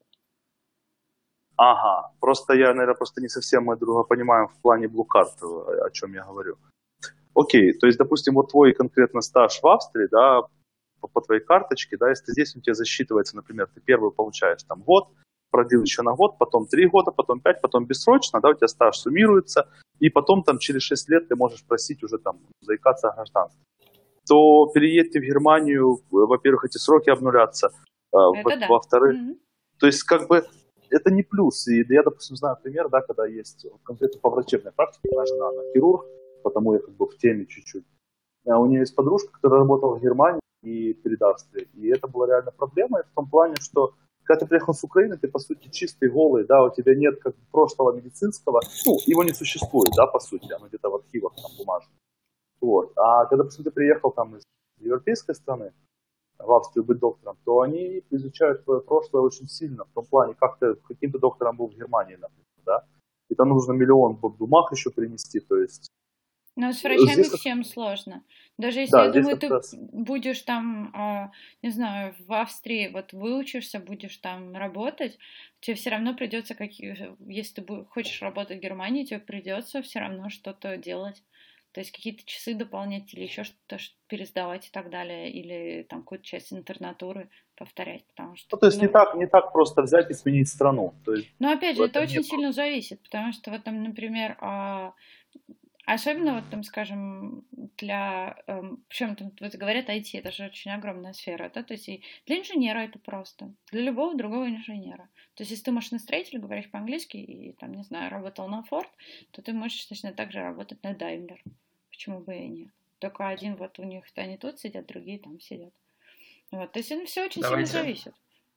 Ага, просто я, наверное, просто не совсем мы друга понимаем в плане blue card, о чем я говорю. Окей, то есть, допустим, вот твой конкретно стаж в Австрии, да, по твоей карточке, да, если здесь у тебя засчитывается, например, ты первый получаешь там год, продлил еще на год, потом 3 года, потом 5, потом бессрочно, да, у тебя стаж суммируется, и потом там через 6 лет ты можешь просить уже там заикаться о гражданстве. То переедьте в Германию, во-первых, эти сроки обнулятся, во-вторых, то есть как бы это не плюс. И я, допустим, знаю пример, да, когда есть конкретно по врачебной практике, моя жена, она хирург, потому я как бы в теме чуть-чуть. У нее есть подружка, которая работала в Германии и перед Австрией. И это была реально проблема в том плане, что когда ты приехал с Украины, ты, по сути, чистый, голый, да, у тебя нет как прошлого медицинского, ну, его не существует, да, по сути, оно где-то в архивах там бумажных. Вот. А когда, по сути, ты приехал там из европейской страны, в Австрию быть доктором, то они изучают твое прошлое очень сильно, в том плане, как ты каким-то доктором был в Германии, например, да, и там нужно миллион бумаг еще принести, то есть... Но с врачами здесь всем сложно. Даже если, я думаю, ты будешь там, не знаю, в Австрии, вот выучишься, будешь там работать, тебе все равно придется, если ты хочешь работать в Германии, тебе придется все равно что-то делать. То есть какие-то часы дополнять или еще что-то пересдавать и так далее, или там какую-то часть интернатуры повторять, потому что... Ну, то есть не так просто взять и сменить страну. То есть, но опять же, это очень сильно зависит, потому что вот там, например, особенно вот там, скажем, причем там вот говорят IT, это же очень огромная сфера, да, то есть и для инженера это просто, для любого другого инженера. То есть если ты машиностроитель, говоришь по-английски и там, не знаю, работал на Ford, то ты можешь точно так же работать на Daimler. Почему бы и нет? Только один вот у них они тут сидят, другие там сидят. Вот, то есть это все очень сильно зависит.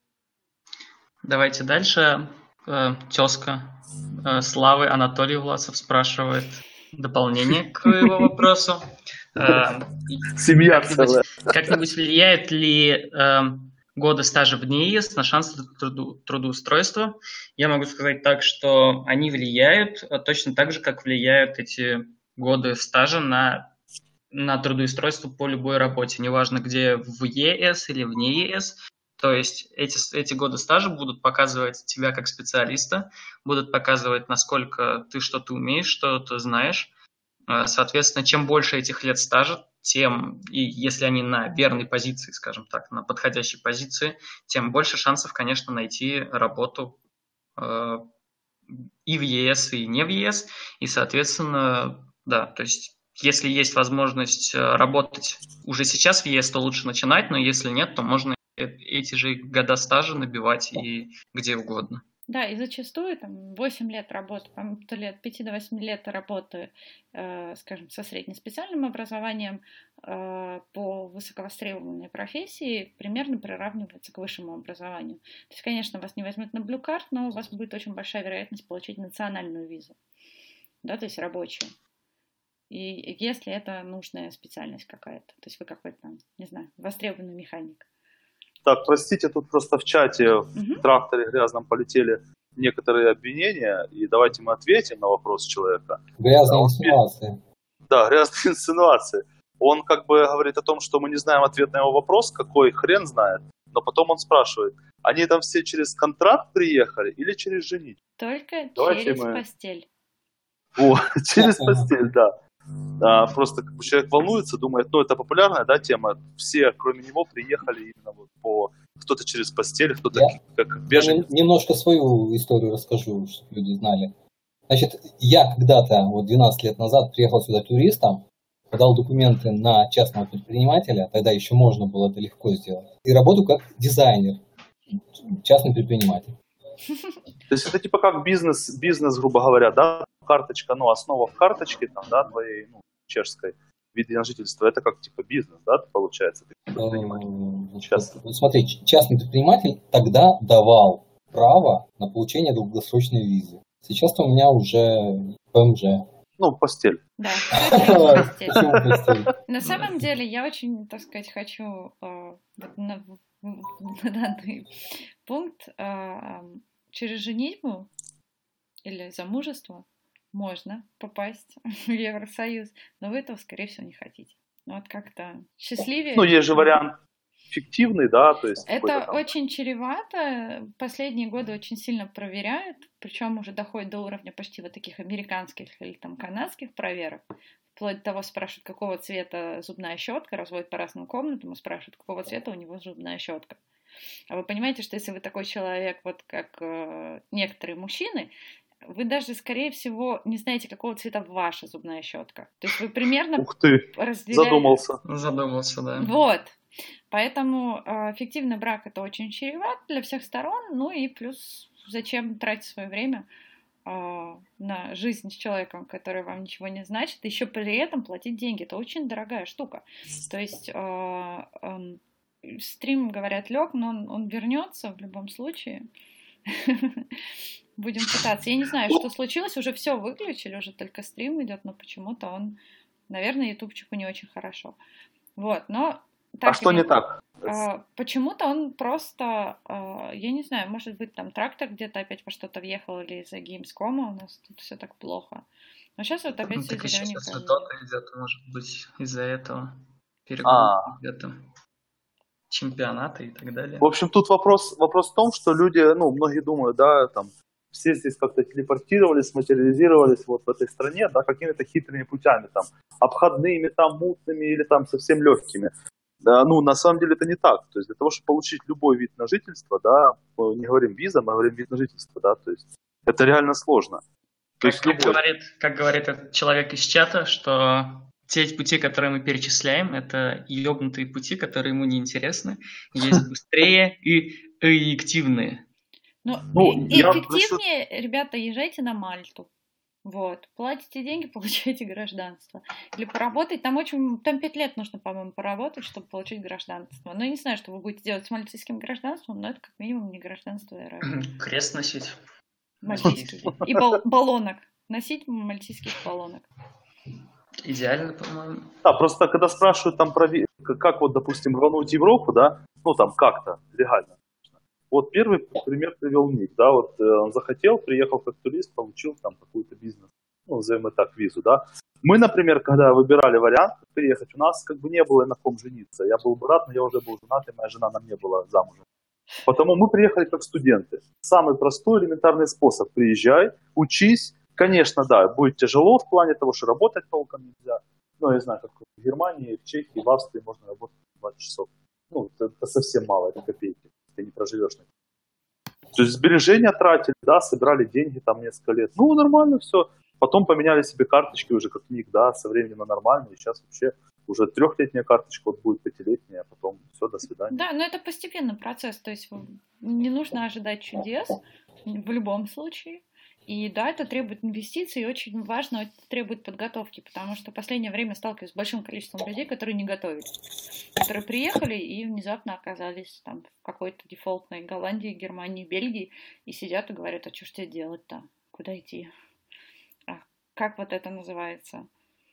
Давайте дальше. Тезка Славы Анатолий Власов спрашивает дополнение к его вопросу. Семья целая. Как-нибудь влияет ли годы стажа в ЕС на шансы трудоустройства? Я могу сказать так, что они влияют точно так же, как влияют эти годы стажа на трудоустройство по любой работе, неважно где, в ЕС или вне ЕС. То есть эти годы стажа будут показывать тебя как специалиста, будут показывать, насколько ты что-то умеешь, что ты знаешь. Соответственно, чем больше этих лет стажа, тем, и если они на верной позиции, скажем так, на подходящей позиции, тем больше шансов, конечно, найти работу и в ЕС, и не в ЕС. И, соответственно, да, то есть если есть возможность работать уже сейчас в ЕС, то лучше начинать, но если нет, то можно эти же года стажа набивать и где угодно. Да, и зачастую там 8 лет работы, от 5 до 8 лет работы, скажем, со среднеспециальным образованием по высоковостребованной профессии примерно приравнивается к высшему образованию. То есть, конечно, вас не возьмут на Blue Card, но у вас будет очень большая вероятность получить национальную визу, да, то есть рабочую. И если это нужная специальность какая-то, то есть вы какой-то там, не знаю, востребованный механик. Так, простите, тут просто в чате в тракторе грязном полетели некоторые обвинения, и давайте мы ответим на вопрос человека. Грязные инсинуации. Да, грязные инсинуации. Он как бы говорит о том, что мы не знаем ответ на его вопрос, какой хрен знает. Но потом он спрашивает, они там все через контракт приехали или через женитьбу? Только Давайте через мы... постель. О, через постель, да. Просто как бы человек волнуется, думает, ну это популярная, да, тема. Все, кроме него, приехали именно вот по... Кто-то через постель, кто-то как беженец. Немножко свою историю расскажу, чтобы люди знали. Значит, я когда-то, вот 12 лет назад, приехал сюда туристом, подал документы на частного предпринимателя, тогда еще можно было это легко сделать, и работаю как дизайнер, частный предприниматель. То есть это типа как бизнес, грубо говоря, да, карточка, ну, основа в карточке, там, да, твоей, ну, чешской, вид на жительство, это как типа бизнес, да, получается? Вот смотри, частный предприниматель тогда давал право на получение долгосрочной визы. Сейчас-то у меня уже ПМЖ. Ну, постель. Да, постель. На самом деле, я очень, так сказать, хочу на данный пункт через женитьбу или замужество можно попасть в Евросоюз, но вы этого, скорее всего, не хотите. Ну, вот как-то счастливее. Ну, есть же вариант фиктивный, да, то есть... Это очень чревато. Последние годы очень сильно проверяют, причем уже доходит до уровня почти вот таких американских или там канадских проверок. Вплоть до того спрашивают, какого цвета зубная щетка, разводят по разным комнатам и спрашивают, какого цвета у него зубная щетка. А вы понимаете, что если вы такой человек, вот как некоторые мужчины, вы даже, скорее всего, не знаете, какого цвета ваша зубная щетка. То есть вы примерно... Ух ты, задумался. Задумался, да. Вот. Поэтому фиктивный брак это очень чревато для всех сторон. Ну и плюс зачем тратить свое время на жизнь с человеком, который вам ничего не значит, еще при этом платить деньги. Это очень дорогая штука. То есть стрим, говорят, лег, но он вернется в любом случае. Будем пытаться. Я не знаю, что случилось, уже все выключили, уже только стрим идет, но почему-то он, наверное, ютубчику не очень хорошо. Вот, но... Так, что не так? Почему-то он просто, я не знаю, может быть, там трактор где-то опять во что-то въехал, или из-за Gamescom у нас тут все так плохо. Но сейчас вот опять все зелененькое. Сейчас что-то идет, может быть, из-за этого перегон где-то. Чемпионаты и так далее. В общем, тут вопрос в том, что люди, ну, многие думают, да, там, все здесь как-то телепортировались, материализировались вот в этой стране, да, какими-то хитрыми путями, там, обходными, там, мутными или там совсем легкими. Да, ну, на самом деле это не так. То есть для того, чтобы получить любой вид на жительство, да, мы не говорим виза, мы говорим вид на жительство, да, то есть это реально сложно. Как говорит этот человек из чата, что те пути, которые мы перечисляем, это ёбнутые пути, которые ему неинтересны. Есть быстрее и эффективные. Ну, эффективнее, ребята, езжайте на Мальту. Вот. Платите деньги, получаете гражданство. Или поработать. Там 5 лет нужно, по-моему, поработать, чтобы получить гражданство. Но я не знаю, что вы будете делать с мальтийским гражданством, но это как минимум не гражданство РФ. Крест носить. Мальтийский. И баллонок. Носить мальтийских баллонок. Идеально, по-моему. Да, просто когда спрашивают там про как вот, допустим, рвануть Европу, да, ну там как-то легально. Вот первый пример привел Ник, да, вот он захотел, приехал как турист, получил там какой-то бизнес, ну, назовем это так, визу, да. Мы, например, когда выбирали вариант приехать, у нас как бы не было на ком жениться. Я был брат, но я уже был женат, и моя жена нам не была замужем. Потому мы приехали как студенты. Самый простой, элементарный способ. Приезжай, учись. Конечно, да, будет тяжело в плане того, что работать толком нельзя. Но я знаю, как в Германии, в Чехии, в Австрии можно работать 20 часов. Ну, это совсем мало, это копейки. Ты не проживешь. То есть сбережения тратили, да, собирали деньги там несколько лет. Ну, нормально все. Потом поменяли себе карточки уже как Ник, да, со временем на нормальные. Сейчас вообще уже 3-летняя карточка, вот будет 5-летняя, а потом все, до свидания. Да, но это постепенный процесс. То есть не нужно ожидать чудес в любом случае. И да, это требует инвестиций, и очень важно, это требует подготовки, потому что в последнее время сталкиваюсь с большим количеством людей, которые не готовились, которые приехали и внезапно оказались там в какой-то дефолтной Голландии, Германии, Бельгии, и сидят и говорят, а что ж тебе делать-то? Куда идти? А как вот это называется?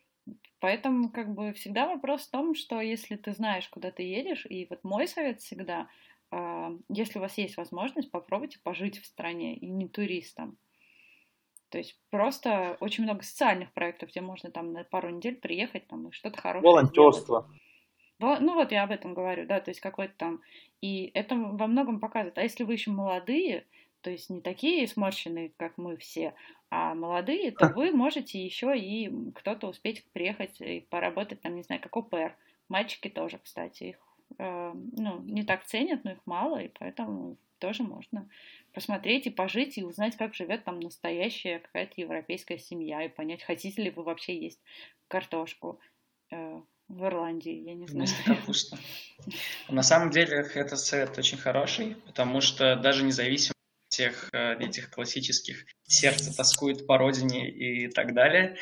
Поэтому как бы всегда вопрос в том, что если ты знаешь, куда ты едешь, и вот мой совет всегда, если у вас есть возможность, попробуйте пожить в стране и не туристом. То То есть просто очень много социальных проектов, где можно там на пару недель приехать там и что-то хорошее сделать. Волонтерство. Ну вот я об этом говорю, да, то есть какой-то там... И это во многом показывает. А если вы еще молодые, то есть не такие сморщенные, как мы все, а молодые, то вы можете еще и кто-то успеть приехать и поработать там, не знаю, как au-pair. Мальчики тоже, кстати, их не так ценят, но их мало, и поэтому тоже можно посмотреть и пожить, и узнать, как живет там настоящая какая-то европейская семья, и понять, хотите ли вы вообще есть картошку в Ирландии, я не знаю. Вместо капусты. На самом деле, этот совет очень хороший, потому что даже независимо от всех этих классических «сердце тоскует по родине» и так далее,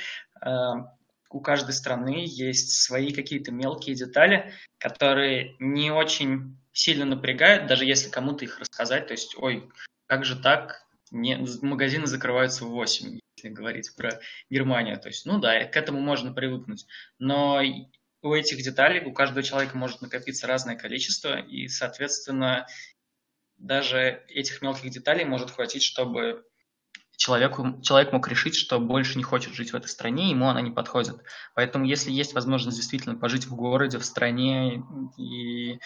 у каждой страны есть свои какие-то мелкие детали, которые не очень сильно напрягают, даже если кому-то их рассказать. То есть, ой, как же так? Магазины закрываются в 8, если говорить про Германию. То есть, ну да, к этому можно привыкнуть. Но у этих деталей у каждого человека может накопиться разное количество, и, соответственно, даже этих мелких деталей может хватить, чтобы человек мог решить, что больше не хочет жить в этой стране, ему она не подходит. Поэтому, если есть возможность действительно пожить в городе, в стране и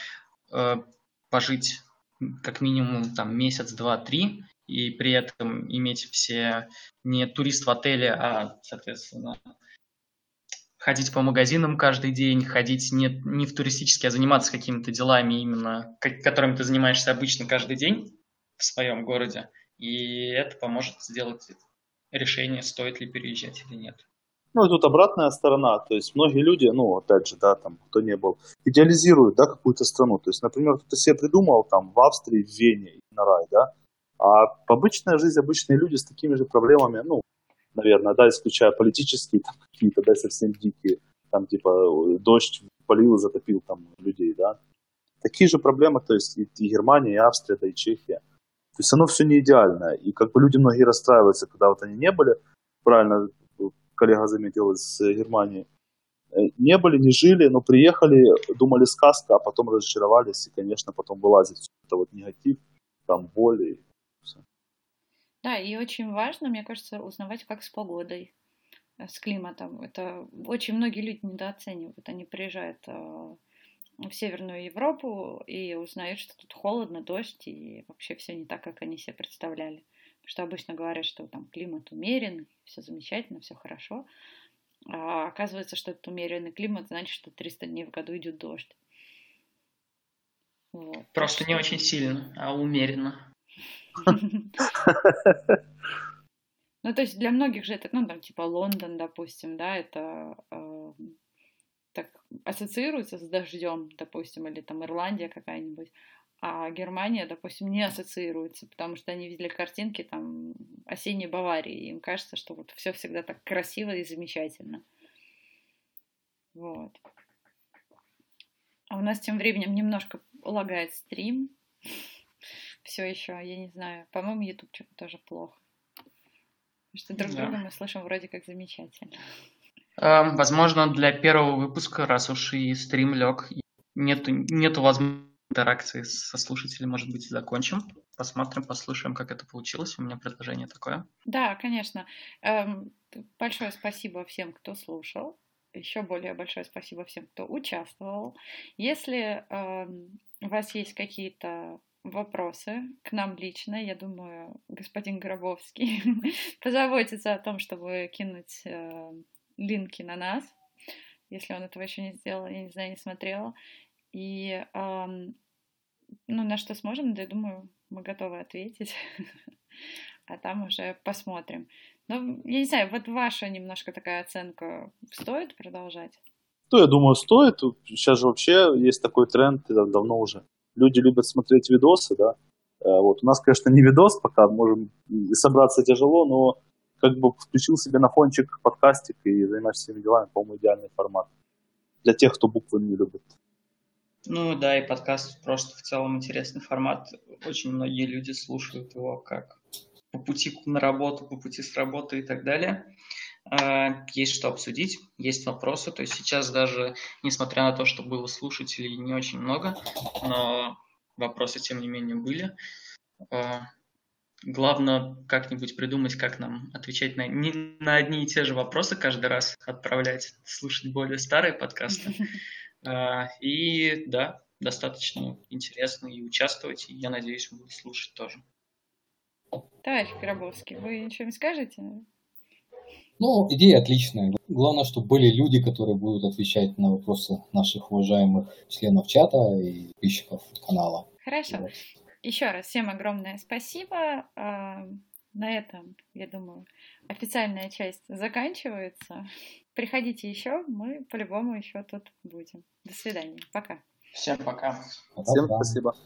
пожить как минимум там месяц, два, 3, и при этом иметь все не турист в отеле, а, соответственно, ходить по магазинам каждый день, ходить не в туристически, а заниматься какими-то делами именно, которыми ты занимаешься обычно каждый день в своем городе. И это поможет сделать решение, стоит ли переезжать или нет. Ну, и тут обратная сторона, то есть многие люди, ну, опять же, да, там, кто не был, идеализируют, да, какую-то страну. То есть, например, кто-то себе придумал там в Австрии, в Вене и на рай, да, а обычная жизнь, обычные люди с такими же проблемами, ну, наверное, да, исключая политические там какие-то, да, совсем дикие, там, типа, дождь полил и затопил там людей, да. Такие же проблемы, то есть, и Германия, и Австрия, да, и Чехия. То есть, оно все не идеально. И как бы люди многие расстраиваются, когда вот они не были, правильно коллега заметил из Германии, не были, не жили, но приехали, думали сказка, а потом разочаровались, и, конечно, потом вылазит все это вот негатив, там, боль и все. Да, и очень важно, мне кажется, узнавать, как с погодой, с климатом. Это очень многие люди недооценивают. Они приезжают в Северную Европу и узнают, что тут холодно, дождь, и вообще все не так, как они себе представляли. Потому что обычно говорят, что там климат умеренный, все замечательно, все хорошо. А оказывается, что этот умеренный климат значит, что 300 дней в году идет дождь. Вот. Просто не очень сильно, а умеренно. Ну, то есть для многих же это, ну, там, типа Лондон, допустим, да, это так ассоциируется с дождем, допустим, или там Ирландия какая-нибудь, а Германия, допустим, не ассоциируется, потому что они видели картинки там осенней Баварии, и им кажется, что вот все всегда так красиво и замечательно. Вот. А у нас тем временем немножко лагает стрим. Все еще, я не знаю. По-моему, YouTube что-то тоже плохо. Потому что друг друга мы слышим вроде как замечательно. Возможно, для первого выпуска, раз уж и стрим лег, нету возможности интеракции со слушателем, может быть, и закончим. Посмотрим, послушаем, как это получилось. У меня предложение такое. Да, конечно. Большое спасибо всем, кто слушал. Еще более большое спасибо всем, кто участвовал. Если у вас есть какие-то вопросы к нам лично, я думаю, господин Гробовский позаботится о том, чтобы кинуть линки на нас, если он этого еще не сделал, я не знаю, не смотрела. И на что сможем, да, я думаю, мы готовы ответить, а там уже посмотрим. Ну, я не знаю, вот ваша немножко такая оценка, стоит продолжать? Ну, я думаю, стоит. Сейчас же вообще есть такой тренд, давно уже. Люди любят смотреть видосы, да. Вот у нас, конечно, не видос, пока можем и собраться тяжело, но как бы включил себе на фончик подкастик и занимаешься своими делами, по-моему, идеальный формат. Для тех, кто буквы не любит. Ну да, и подкаст просто в целом интересный формат. Очень многие люди слушают его как по пути на работу, по пути с работы и так далее. Есть что обсудить, есть вопросы. То есть сейчас даже, несмотря на то, что было слушателей не очень много, но вопросы, тем не менее, были. Главное как-нибудь придумать, как нам отвечать не на одни и те же вопросы каждый раз отправлять, слушать более старые подкасты. И да, достаточно интересно и участвовать, и я надеюсь, будут слушать тоже. Товарищ Гробовский, вы ничего не скажете? Ну, идея отличная. Главное, чтобы были люди, которые будут отвечать на вопросы наших уважаемых членов чата и подписчиков канала. Хорошо. Вот. Еще раз всем огромное спасибо. На этом, я думаю, официальная часть заканчивается. Приходите еще, мы по-любому еще тут будем. До свидания. Пока. Всем пока. Всем спасибо.